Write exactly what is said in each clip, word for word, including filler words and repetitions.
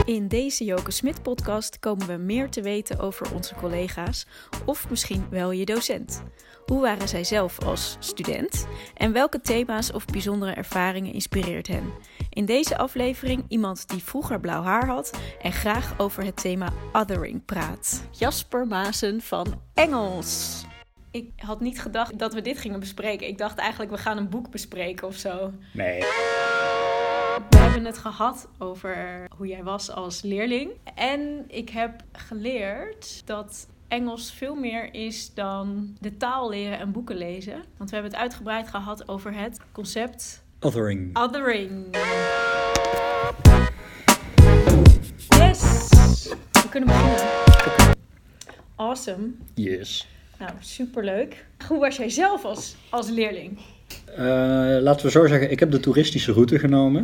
In deze Joke Smit podcast komen we meer te weten over onze collega's of misschien wel je docent. Hoe waren zij zelf als student? En welke thema's of bijzondere ervaringen inspireert hen? In deze aflevering iemand die vroeger blauw haar had en graag over het thema othering praat. Jasper Maassen van Engels. Ik had niet gedacht dat we dit gingen bespreken. Ik dacht eigenlijk we gaan een boek bespreken of zo. Nee. We hebben het gehad over hoe jij was als leerling. En ik heb geleerd dat Engels veel meer is dan de taal leren en boeken lezen. Want we hebben het uitgebreid gehad over het concept Othering. Othering. Yes! We kunnen beginnen. Awesome. Yes. Nou, superleuk. Hoe was jij zelf als, als leerling? Uh, laten we zo zeggen, ik heb de toeristische route genomen.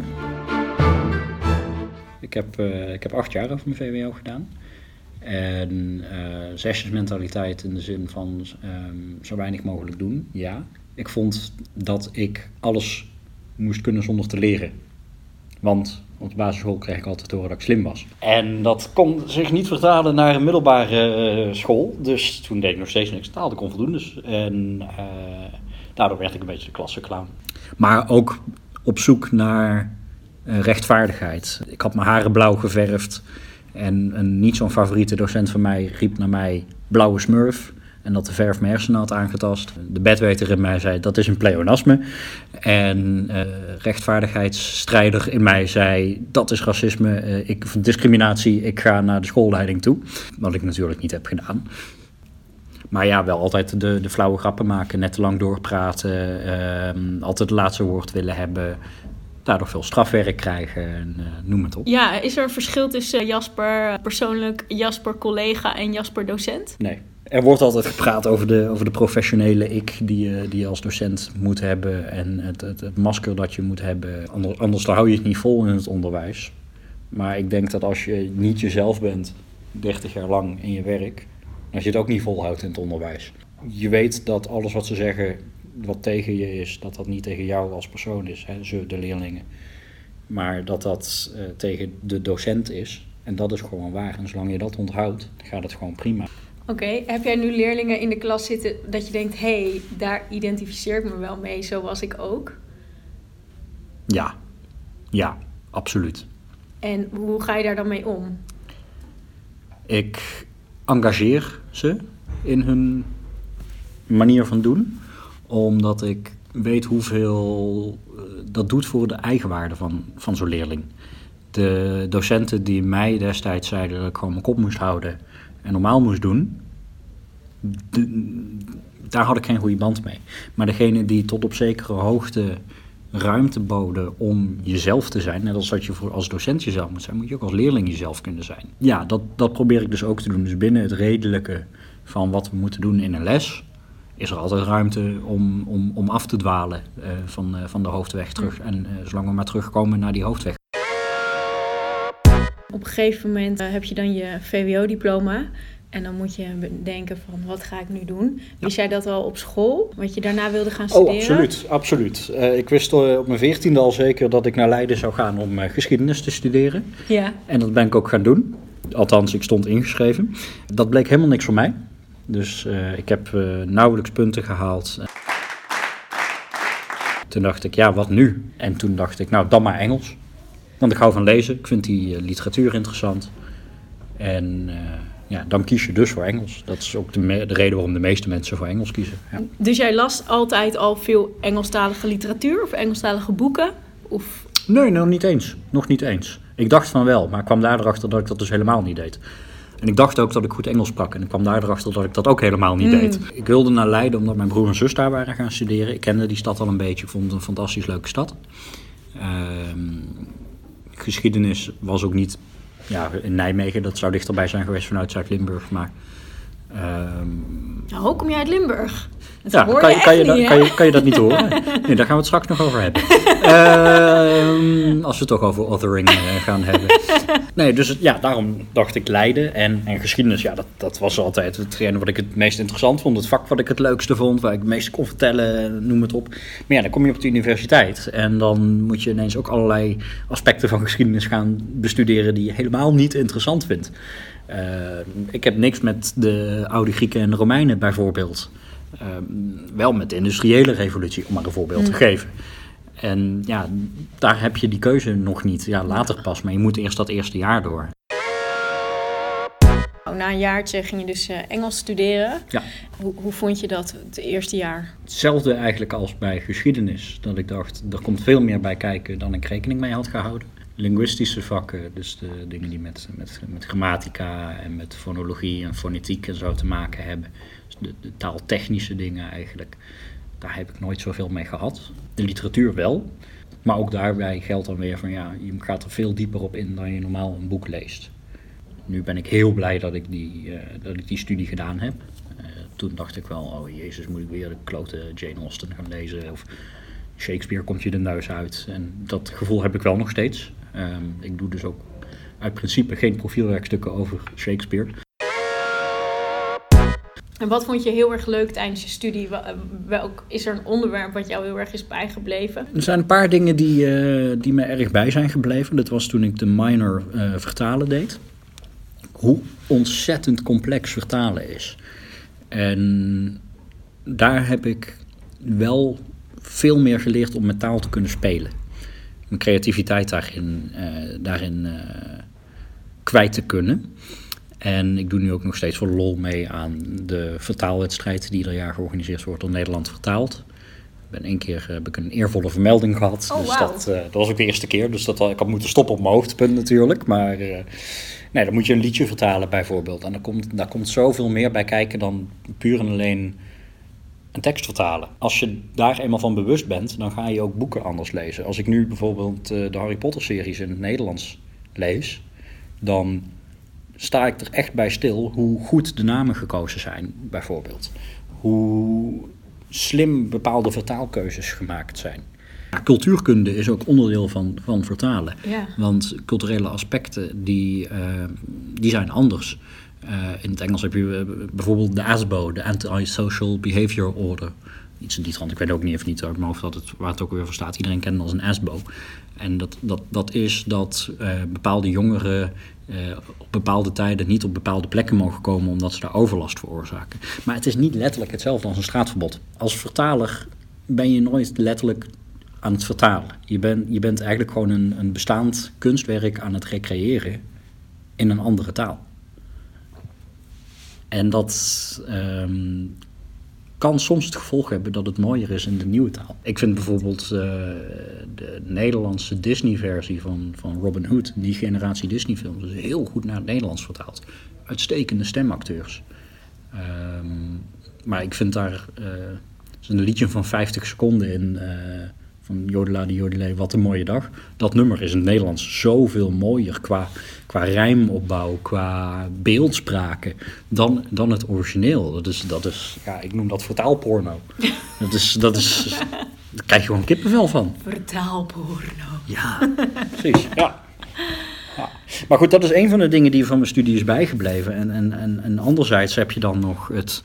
Ik heb, uh, ik heb acht jaar over mijn V W O gedaan. En uh, zesjesmentaliteit in de zin van um, zo weinig mogelijk doen, ja. Ik vond dat ik alles moest kunnen zonder te leren. Want op de basisschool kreeg ik altijd te horen dat ik slim was. En dat kon zich niet vertalen naar een middelbare uh, school. Dus toen deed ik nog steeds niks. Ik haalde kon voldoendes. En uh, daardoor werd ik een beetje de klassenclown. Maar ook op zoek naar uh, rechtvaardigheid. Ik had mijn haren blauw geverfd. En een niet zo'n favoriete docent van mij riep naar mij blauwe smurf. En dat de verf mijn hersenen had aangetast. De bedweter in mij zei, dat is een pleonasme. En uh, rechtvaardigheidsstrijder in mij zei, dat is racisme, uh, ik, discriminatie, ik ga naar de schoolleiding toe. Wat ik natuurlijk niet heb gedaan. Maar ja, wel altijd de, de flauwe grappen maken, net te lang doorpraten. Uh, altijd het laatste woord willen hebben. Daardoor veel strafwerk krijgen en uh, noem het op. Ja, is er een verschil tussen Jasper persoonlijk, Jasper collega en Jasper docent? Nee. Er wordt altijd gepraat over de, over de professionele ik die je, die je als docent moet hebben. En het, het, het masker dat je moet hebben. Anders, anders hou je het niet vol in het onderwijs. Maar ik denk dat als je niet jezelf bent, dertig jaar lang in je werk, als je het ook niet volhoudt in het onderwijs. Je weet dat alles wat ze zeggen, wat tegen je is, dat dat niet tegen jou als persoon is, hè, ze, de leerlingen. Maar dat dat uh, tegen de docent is. En dat is gewoon waar. En zolang je dat onthoudt, gaat het gewoon prima. Oké, okay, heb jij nu leerlingen in de klas zitten dat je denkt, hé, hey, daar identificeer ik me wel mee, zo was ik ook? Ja, ja, absoluut. En hoe ga je daar dan mee om? Ik engageer ze in hun manier van doen, omdat ik weet hoeveel dat doet voor de eigenwaarde van, van zo'n leerling. De docenten die mij destijds zeiden dat ik gewoon mijn kop moest houden en normaal moest doen, de, daar had ik geen goede band mee. Maar degene die tot op zekere hoogte ruimte boden om jezelf te zijn, net als dat je voor als docent jezelf moet zijn, moet je ook als leerling jezelf kunnen zijn. Ja, dat, dat probeer ik dus ook te doen. Dus binnen het redelijke van wat we moeten doen in een les, is er altijd ruimte om, om, om af te dwalen uh, van, uh, van de hoofdweg terug. En uh, zolang we maar terugkomen naar die hoofdweg. Op een gegeven moment uh, heb je dan je V W O-diploma. En dan moet je denken van, wat ga ik nu doen? Wist ja. jij dat al op school? Wat je daarna wilde gaan studeren? Oh, absoluut. absoluut. Uh, ik wist uh, op mijn veertiende al zeker dat ik naar Leiden zou gaan om uh, geschiedenis te studeren. Ja. En dat ben ik ook gaan doen. Althans, ik stond ingeschreven. Dat bleek helemaal niks voor mij. Dus uh, ik heb uh, nauwelijks punten gehaald. Toen dacht ik, ja, wat nu? En toen dacht ik, nou, dan maar Engels. Want ik hou van lezen. Ik vind die uh, literatuur interessant. En uh, ja, dan kies je dus voor Engels. Dat is ook de, me- de reden waarom de meeste mensen voor Engels kiezen. Ja. Dus jij las altijd al veel Engelstalige literatuur of Engelstalige boeken? Of... Nee, nog niet eens. Nog niet eens. Ik dacht van wel, maar ik kwam daar erachter dat ik dat dus helemaal niet deed. En ik dacht ook dat ik goed Engels sprak. En ik kwam daar erachter dat ik dat ook helemaal niet mm. deed. Ik wilde naar Leiden omdat mijn broer en zus daar waren gaan studeren. Ik kende die stad al een beetje. Ik vond het een fantastisch leuke stad. Uh, geschiedenis was ook niet ja, in Nijmegen. Dat zou dichterbij zijn geweest vanuit Zuid-Limburg. Maar, uh, nou, hoe kom je uit Limburg? Dat ja, hoor kan je, je kan, je niet, dat, kan, je, kan je dat niet horen? Nee, daar gaan we het straks nog over hebben. uh, als we het toch over othering uh, gaan hebben. Nee, dus ja, daarom dacht ik Leiden en, en geschiedenis. Ja, dat, dat was altijd hetgene wat ik het meest interessant vond. Het vak wat ik het leukste vond, waar ik het meest kon vertellen, noem het op. Maar ja, dan kom je op de universiteit. En dan moet je ineens ook allerlei aspecten van geschiedenis gaan bestuderen die je helemaal niet interessant vindt. Uh, ik heb niks met de oude Grieken en de Romeinen bijvoorbeeld. Uh, wel met de industriële revolutie, om maar een voorbeeld mm. te geven. En ja, daar heb je die keuze nog niet. Ja, later pas, maar je moet eerst dat eerste jaar door. Na een jaartje ging je dus uh, Engels studeren. Ja. Hoe, hoe vond je dat het eerste jaar? Hetzelfde eigenlijk als bij geschiedenis. Dat ik dacht, er komt veel meer bij kijken dan ik rekening mee had gehouden. Linguïstische vakken, dus de dingen die met, met, met grammatica en met fonologie en fonetiek en zo te maken hebben. Dus de, de taaltechnische dingen eigenlijk. Daar heb ik nooit zoveel mee gehad. De literatuur wel. Maar ook daarbij geldt dan weer van ja, je gaat er veel dieper op in dan je normaal een boek leest. Nu ben ik heel blij dat ik die, uh, dat ik die studie gedaan heb. Uh, toen dacht ik wel, oh jezus, moet ik weer de klote Jane Austen gaan lezen. Of Shakespeare komt je de neus uit. En dat gevoel heb ik wel nog steeds. Um, ik doe dus ook uit principe geen profielwerkstukken over Shakespeare. En wat vond je heel erg leuk tijdens je studie? Welk, is er een onderwerp wat jou heel erg is bijgebleven? Er zijn een paar dingen die, uh, die me erg bij zijn gebleven. Dat was toen ik de minor uh, vertalen deed. Hoe ontzettend complex vertalen is. En daar heb ik wel veel meer geleerd om met taal te kunnen spelen. Mijn creativiteit daarin, uh, daarin uh, kwijt te kunnen. En ik doe nu ook nog steeds voor lol mee aan de vertaalwedstrijd die ieder jaar georganiseerd wordt door Nederland Vertaald. Ik ben één keer uh, heb ik een eervolle vermelding gehad. Oh, dus wow. dat, uh, dat was ook de eerste keer. Dus dat, ik had moeten stoppen op mijn hoogtepunt natuurlijk. Maar uh, nee, dan moet je een liedje vertalen bijvoorbeeld. En daar komt, daar komt zoveel meer bij kijken dan puur en alleen een tekst vertalen. Als je daar eenmaal van bewust bent, dan ga je ook boeken anders lezen. Als ik nu bijvoorbeeld uh, de Harry Potter series in het Nederlands lees, dan sta ik er echt bij stil hoe goed de namen gekozen zijn, bijvoorbeeld. Hoe slim bepaalde vertaalkeuzes gemaakt zijn. Cultuurkunde is ook onderdeel van, van vertalen. Ja. Want culturele aspecten, die, uh, die zijn anders. Uh, in het Engels heb je uh, bijvoorbeeld de A S B O, de Anti-Social Behavior Order. Iets in die trant, ik weet ook niet of niet uit mijn hoofd dat het, waar het ook weer voor staat. Iedereen kent het als een A S B O. En dat, dat, dat is dat uh, bepaalde jongeren uh, op bepaalde tijden niet op bepaalde plekken mogen komen omdat ze daar overlast veroorzaken. Maar het is niet letterlijk hetzelfde als een straatverbod. Als vertaler ben je nooit letterlijk aan het vertalen. Je, ben, je bent eigenlijk gewoon een, een bestaand kunstwerk aan het recreëren in een andere taal. En dat um, kan soms het gevolg hebben dat het mooier is in de nieuwe taal. Ik vind bijvoorbeeld uh, de Nederlandse Disney-versie van, van Robin Hood, die generatie Disney-films, is heel goed naar het Nederlands vertaald. Uitstekende stemacteurs. Um, maar ik vind daar uh, een liedje van vijftig seconden in, uh, van Jodela die Jodelee, wat een mooie dag. Dat nummer is in het Nederlands zoveel mooier qua, qua rijmopbouw, qua beeldspraken dan, dan het origineel. Dat is, dat is, ja, ik noem dat vertaalporno. dat is, dat is, daar krijg je gewoon kippenvel van. Vertaalporno. Ja, precies. Ja. Ja. Maar goed, dat is een van de dingen die van mijn studie is bijgebleven. En, en, en, en anderzijds heb je dan nog het,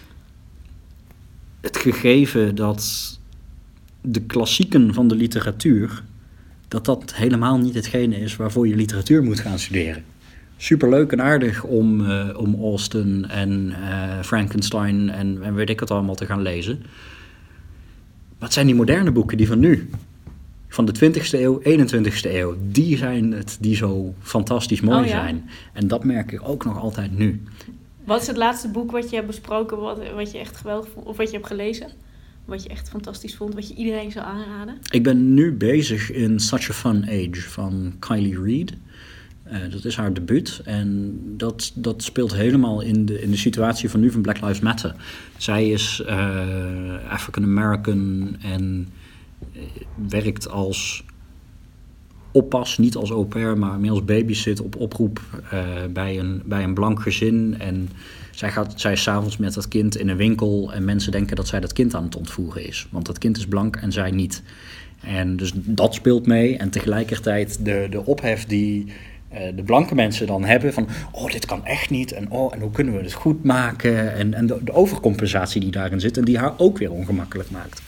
het gegeven dat de klassieken van de literatuur, dat dat helemaal niet hetgene is waarvoor je literatuur moet gaan studeren. Superleuk en aardig om, uh, om Austen en uh, Frankenstein en, en weet ik het allemaal te gaan lezen. Maar het zijn die moderne boeken, die van nu, van de twintigste eeuw, eenentwintigste eeuw, die zijn het die zo fantastisch mooi oh, ja? zijn. En dat merk ik ook nog altijd nu. Wat is het laatste boek wat je hebt besproken, wat, wat je echt geweldig vond, of wat je hebt gelezen? Wat je echt fantastisch vond, wat je iedereen zou aanraden? Ik ben nu bezig in Such a Fun Age van Kylie Reid. Uh, dat is haar debuut en dat, dat speelt helemaal in de, in de situatie van nu van Black Lives Matter. Zij is uh, African American en uh, werkt als oppas, niet als au pair, maar meer als babysit op oproep uh, bij, een, bij een blank gezin. En zij, gaat, zij is 's avonds met dat kind in een winkel en mensen denken dat zij dat kind aan het ontvoeren is. Want dat kind is blank en zij niet. En dus dat speelt mee. En tegelijkertijd de, de ophef die uh, de blanke mensen dan hebben van... oh, dit kan echt niet. En, oh, en hoe kunnen we het goed maken? En, en de, de overcompensatie die daarin zit en die haar ook weer ongemakkelijk maakt.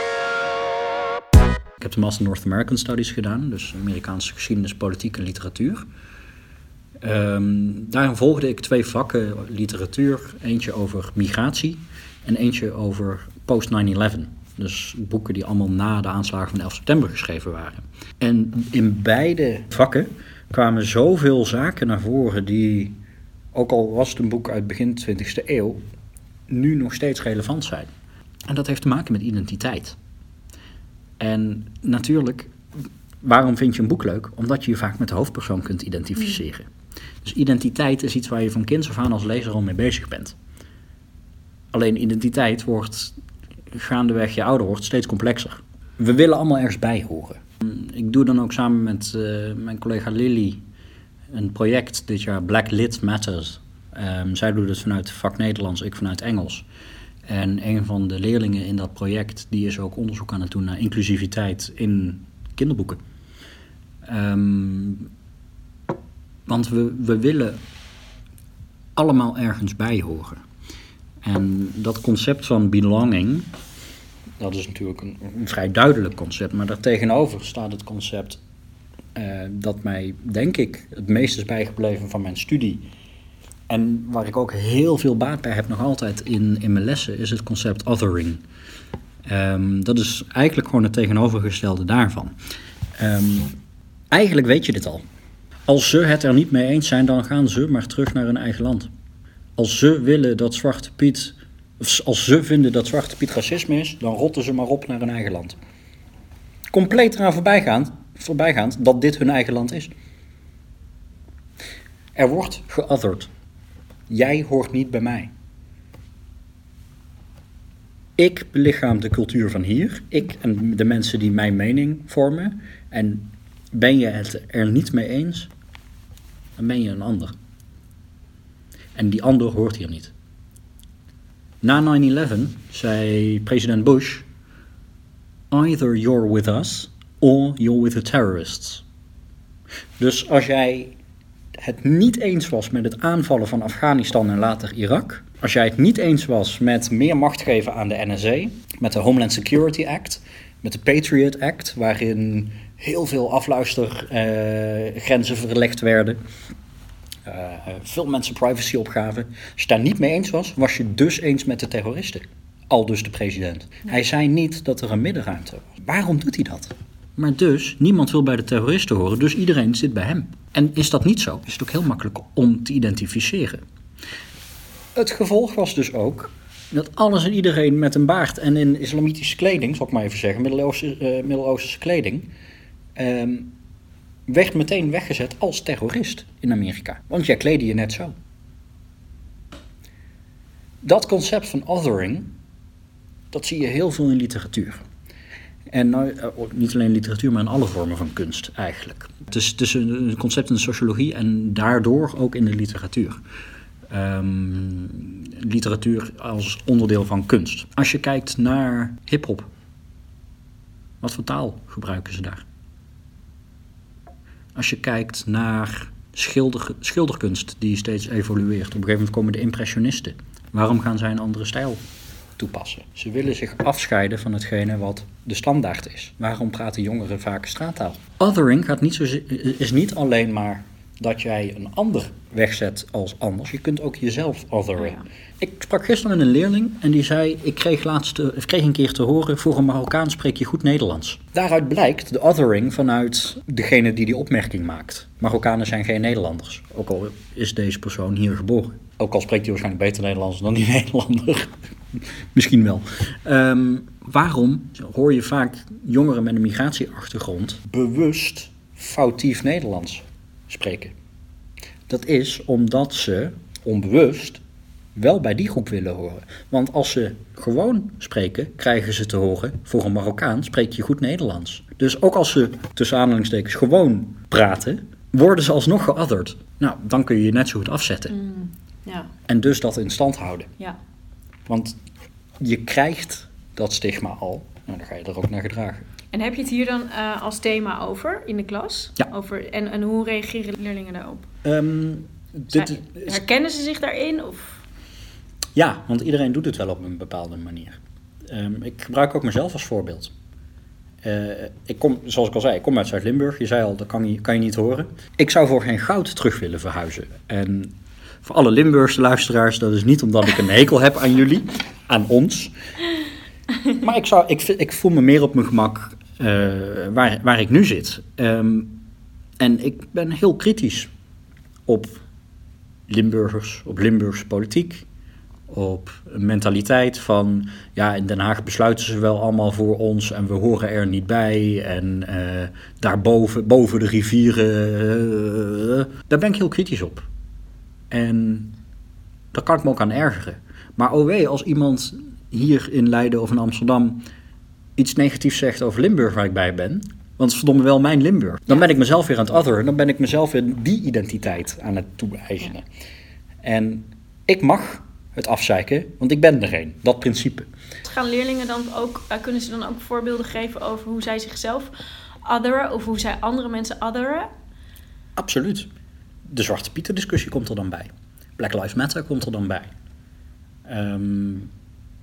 Ik heb de Master North American Studies gedaan. Dus Amerikaanse geschiedenis, politiek en literatuur. Um, daarin volgde ik twee vakken literatuur. Eentje over migratie en eentje over post nine eleven. Dus boeken die allemaal na de aanslagen van elf september geschreven waren. En in beide vakken kwamen zoveel zaken naar voren die, ook al was het een boek uit begin twintigste eeuw, nu nog steeds relevant zijn. En dat heeft te maken met identiteit. En natuurlijk, waarom vind je een boek leuk? Omdat je je vaak met de hoofdpersoon kunt identificeren. Dus identiteit is iets waar je van kinds af aan als lezer al mee bezig bent. Alleen identiteit wordt, gaandeweg je ouder wordt, steeds complexer. We willen allemaal ergens bij horen. Ik doe dan ook samen met uh, mijn collega Lily een project dit jaar, Black Lit Matters. Um, zij doet het vanuit vak Nederlands, ik vanuit Engels. En een van de leerlingen in dat project, die is ook onderzoek aan het doen naar inclusiviteit in kinderboeken. Um, want we, we willen allemaal ergens bij horen. En dat concept van belonging, dat is natuurlijk een, een vrij duidelijk concept, maar daartegenover staat het concept uh, dat mij, denk ik, het meest is bijgebleven van mijn studie. En waar ik ook heel veel baat bij heb nog altijd in, in mijn lessen, is het concept othering. Um, dat is eigenlijk gewoon het tegenovergestelde daarvan. Um, eigenlijk weet je dit al. Als ze het er niet mee eens zijn, dan gaan ze maar terug naar hun eigen land. Als ze willen dat Zwarte Piet, of als ze vinden dat Zwarte Piet racisme is, dan rotten ze maar op naar hun eigen land. Compleet eraan voorbijgaand, voorbijgaand dat dit hun eigen land is. Er wordt geotherd. Jij hoort niet bij mij. Ik belichaam de cultuur van hier. Ik en de mensen die mijn mening vormen. En ben je het er niet mee eens, dan ben je een ander. En die ander hoort hier niet. Na nine eleven zei president Bush: either you're with us or you're with the terrorists. Dus als jij het niet eens was met het aanvallen van Afghanistan en later Irak, als jij het niet eens was met meer macht geven aan de N S A, met de Homeland Security Act, met de Patriot Act, waarin heel veel afluistergrenzen uh, verlegd werden, uh, veel mensen privacy opgaven. Als je daar niet mee eens was, was je dus eens met de terroristen. Al dus de president. Ja. Hij zei niet dat er een middenruimte was. Waarom doet hij dat? Maar dus, niemand wil bij de terroristen horen, dus iedereen zit bij hem. En is dat niet zo, is het ook heel makkelijk om te identificeren. Het gevolg was dus ook dat alles en iedereen met een baard en in islamitische kleding, zal ik maar even zeggen, Midden-Oosterse, uh, Midden-Oosterse kleding, um, werd meteen weggezet als terrorist in Amerika. Want jij kleedde je net zo. Dat concept van othering, dat zie je heel veel in literatuur. En nou, niet alleen in literatuur, maar in alle vormen van kunst eigenlijk. Het is, het is een concept in de sociologie en daardoor ook in de literatuur. Um, literatuur als onderdeel van kunst. Als je kijkt naar hiphop, wat voor taal gebruiken ze daar? Als je kijkt naar schilder, schilderkunst die steeds evolueert. Op een gegeven moment komen de impressionisten. Waarom gaan zij een andere stijl toepassen? Ze willen zich afscheiden van hetgene wat de standaard is. Waarom praten jongeren vaak straattaal? Othering gaat niet zo, is niet alleen maar dat jij een ander wegzet als anders. Je kunt ook jezelf otheren. Oh ja. Ik sprak gisteren met een leerling en die zei, ik kreeg, laatst, ik kreeg een keer te horen, voor een Marokkaan spreek je goed Nederlands. Daaruit blijkt de othering vanuit degene die die opmerking maakt. Marokkanen zijn geen Nederlanders, ook al is deze persoon hier geboren. Ook al spreekt hij waarschijnlijk beter Nederlands dan die Nederlander. Misschien wel. Um, waarom hoor je vaak jongeren met een migratieachtergrond bewust foutief Nederlands spreken? Dat is omdat ze onbewust wel bij die groep willen horen. Want als ze gewoon spreken, krijgen ze te horen, voor een Marokkaan spreek je goed Nederlands. Dus ook als ze tussen aanhalingstekens gewoon praten, worden ze alsnog geotherd. Nou, dan kun je je net zo goed afzetten. Mm, ja. En dus dat in stand houden. Ja. Want je krijgt dat stigma al, nou, dan ga je er ook naar gedragen. En heb je het hier dan uh, als thema over in de klas? Ja. Over, en, en hoe reageren leerlingen daarop? Um, dit Zij, herkennen ze zich daarin? Of? Ja, want iedereen doet het wel op een bepaalde manier. Um, ik gebruik ook mezelf als voorbeeld. Uh, ik kom, zoals ik al zei, ik kom uit Zuid-Limburg. Je zei al, dat kan je, kan je niet horen. Ik zou voor geen goud terug willen verhuizen. En voor alle Limburgse luisteraars, dat is niet omdat ik een hekel heb aan jullie, aan ons. Maar ik, zou, ik, ik voel me meer op mijn gemak uh, waar, waar ik nu zit. Um, en ik ben heel kritisch op Limburgers, op Limburgse politiek, op een mentaliteit van, ja, in Den Haag besluiten ze wel allemaal voor ons en we horen er niet bij. En uh, daarboven, boven de rivieren, uh, daar ben ik heel kritisch op. En daar kan ik me ook aan ergeren. Maar oh wee, als iemand hier in Leiden of in Amsterdam iets negatiefs zegt over Limburg waar ik bij ben, want het is verdomme wel mijn Limburg. Dan ben ik mezelf weer aan het otheren. Dan ben ik mezelf weer die identiteit aan het toe-eigenen. Ja. En ik mag het afzeiken, want ik ben er een. Dat principe. Gaan leerlingen dan ook, uh, kunnen ze dan ook voorbeelden geven over hoe zij zichzelf otheren of hoe zij andere mensen otheren? Absoluut. De Zwarte Pieter discussie komt er dan bij. Black Lives Matter komt er dan bij. Um,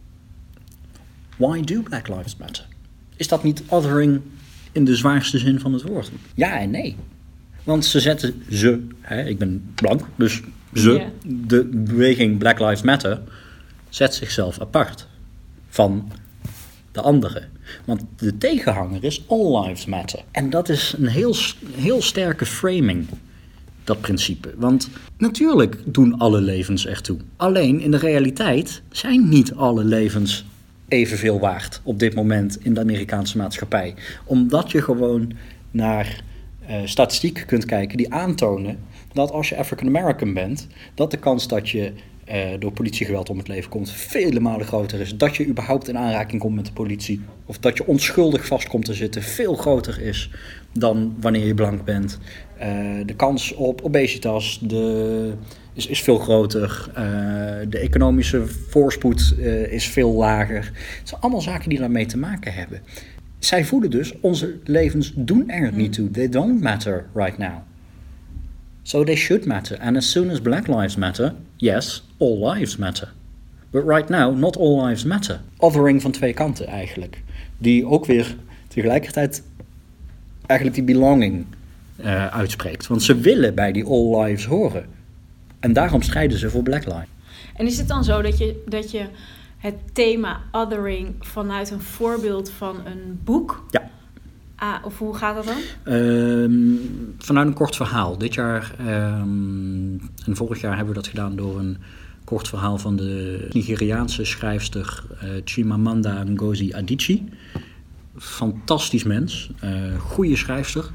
why do Black Lives Matter? Is dat niet othering in de zwaarste zin van het woord? Ja en nee. Want ze zetten ze, hè, ik ben blank, dus ze, yeah. de beweging Black Lives Matter, zet zichzelf apart van de anderen. Want de tegenhanger is All Lives Matter. En dat is een heel, heel sterke framing, dat principe. Want natuurlijk doen alle levens ertoe. Alleen in de realiteit zijn niet alle levens evenveel waard op dit moment in de Amerikaanse maatschappij. Omdat je gewoon naar uh, statistieken kunt kijken die aantonen dat als je African American bent, dat de kans dat je uh, door politiegeweld om het leven komt vele malen groter is. Dat je überhaupt in aanraking komt met de politie of dat je onschuldig vast komt te zitten veel groter is dan wanneer je blank bent. Uh, de kans op obesitas de, is, is veel groter. Uh, de economische voorspoed uh, is veel lager. Het zijn allemaal zaken die daarmee te maken hebben. Zij voelen dus, onze levens doen er niet toe. They don't matter right now. So they should matter. And as soon as Black Lives Matter, yes, all lives matter. But right now, not all lives matter. Othering van twee kanten eigenlijk. Die ook weer tegelijkertijd eigenlijk die belonging uh, uitspreekt. Want ze willen bij die all lives horen. En daarom strijden ze voor Black Lives. En is het dan zo dat je, dat je het thema othering vanuit een voorbeeld van een boek... Ja. Ah, of hoe gaat dat dan? Um, vanuit een kort verhaal. Dit jaar um, en vorig jaar hebben we dat gedaan door een kort verhaal van de Nigeriaanse schrijfster uh, Chimamanda Ngozi Adichie. Fantastisch mens, uh, goede schrijfster.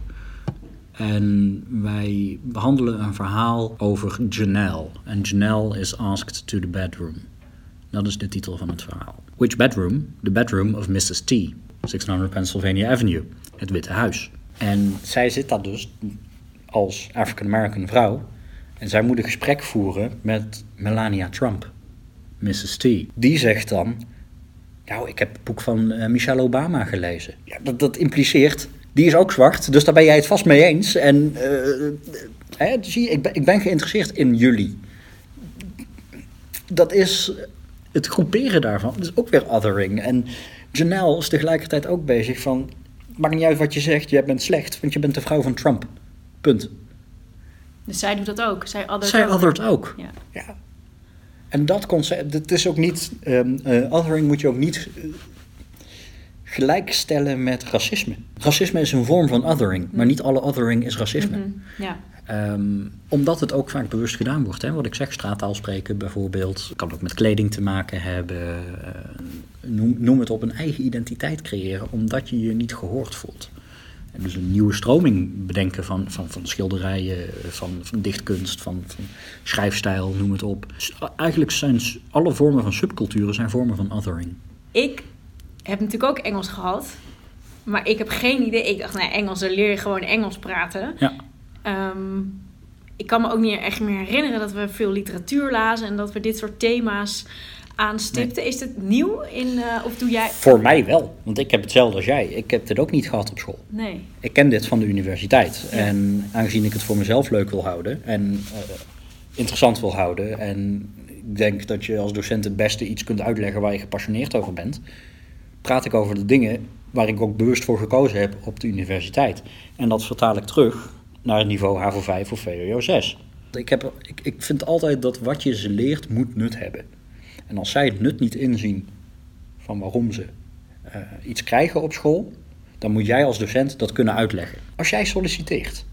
En wij behandelen een verhaal over Janelle. En Janelle is asked to the bedroom. Dat is de titel van het verhaal. Which bedroom? The bedroom of missus T, zeshonderd Pennsylvania Avenue. Het Witte Huis. En zij zit daar dus als African-American vrouw. En zij moet een gesprek voeren met Melania Trump, missus T. Die zegt dan, nou, ik heb het boek van uh, Michelle Obama gelezen. Ja, dat, dat impliceert, die is ook zwart, dus daar ben jij het vast mee eens. En uh, hè, zie je, ik ben, ik ben geïnteresseerd in jullie. Dat is het groeperen daarvan. Dat is ook weer othering. En Janelle is tegelijkertijd ook bezig van, maakt niet uit wat je zegt, jij bent slecht, want je bent de vrouw van Trump. Punt. Dus zij doet dat ook? Zij othert zij ook? othert ook. Ja. Ja. En dat concept, het is ook niet, um, uh, othering moet je ook niet uh, gelijkstellen met racisme. Racisme is een vorm van othering, mm. maar niet alle othering is racisme. Mm-hmm. Ja. Um, omdat het ook vaak bewust gedaan wordt. Hè? Wat ik zeg, straattaal spreken bijvoorbeeld. Het kan ook met kleding te maken hebben. Uh, noem, noem het op, een eigen identiteit creëren, omdat je je niet gehoord voelt. En dus een nieuwe stroming bedenken van, van, van schilderijen, van, van dichtkunst, van, van schrijfstijl, noem het op. Dus eigenlijk zijn alle vormen van subculturen zijn vormen van othering. Ik heb natuurlijk ook Engels gehad, maar ik heb geen idee. Ik dacht, nou, Engels, dan leer je gewoon Engels praten. Ja. Um, ik kan me ook niet echt meer herinneren dat we veel literatuur lazen en dat we dit soort thema's aanstipte. Nee. Is het nieuw in, uh, of doe jij... Voor mij wel, want ik heb hetzelfde als jij. Ik heb dit ook niet gehad op school. Nee. Ik ken dit van de universiteit. Ja. En aangezien ik het voor mezelf leuk wil houden en uh, interessant wil houden... en ik denk dat je als docent het beste iets kunt uitleggen waar je gepassioneerd over bent... praat ik over de dingen waar ik ook bewust voor gekozen heb op de universiteit. En dat vertaal ik terug naar het niveau H A V O vijf of V W O zes. Ik, heb, ik, ik vind altijd dat wat je ze leert moet nut hebben. En als zij het nut niet inzien van waarom ze uh, iets krijgen op school... dan moet jij als docent dat kunnen uitleggen. Als jij solliciteert,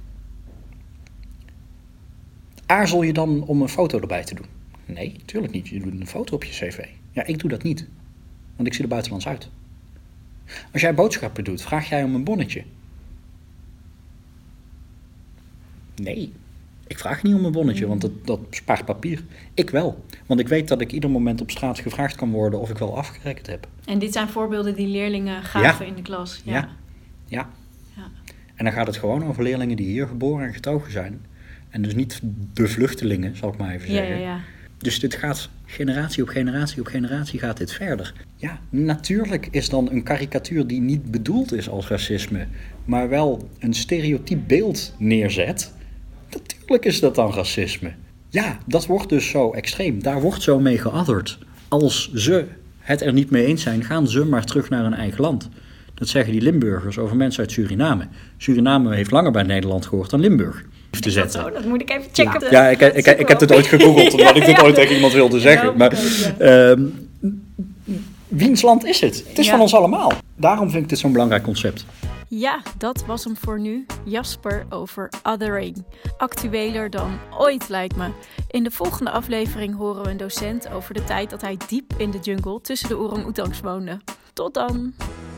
aarzel je dan om een foto erbij te doen? Nee, natuurlijk niet. Je doet een foto op je cv. Ja, ik doe dat niet. Want ik zie er buitenlands uit. Als jij boodschappen doet, vraag jij om een bonnetje? Nee, ik vraag niet om een bonnetje, want dat, dat spaart papier. Ik wel, want ik weet dat ik ieder moment op straat gevraagd kan worden of ik wel afgerekend heb. En dit zijn voorbeelden die leerlingen gaven Ja. in de klas? Ja. Ja. Ja. Ja. En dan gaat het gewoon over leerlingen die hier geboren en getogen zijn. En dus niet de vluchtelingen, zal ik maar even Ja, zeggen. ja, ja. Dus dit gaat generatie op generatie op generatie gaat dit verder. Ja, natuurlijk is dan een karikatuur die niet bedoeld is als racisme, maar wel een stereotyp beeld neerzet. Natuurlijk is dat dan racisme. Ja, dat wordt dus zo extreem. Daar wordt zo mee geotherd. Als ze het er niet mee eens zijn, gaan ze maar terug naar hun eigen land. Dat zeggen die Limburgers over mensen uit Suriname. Suriname heeft langer bij Nederland gehoord dan Limburg. Te zetten. Zo, dat moet ik even checken. Ja, ja ik, ik, ik, ik heb het ooit gegoogeld, omdat ik dit ja, ooit ja. tegen iemand wilde zeggen. Ja, Maar ja. uh, wiens land is het? Het is Ja. van ons allemaal. Daarom vind ik dit zo'n belangrijk concept. Ja, dat was hem voor nu. Jasper over othering. Actueler dan ooit, lijkt me. In de volgende aflevering horen we een docent over de tijd dat hij diep in de jungle tussen de orang-oetangs woonde. Tot dan!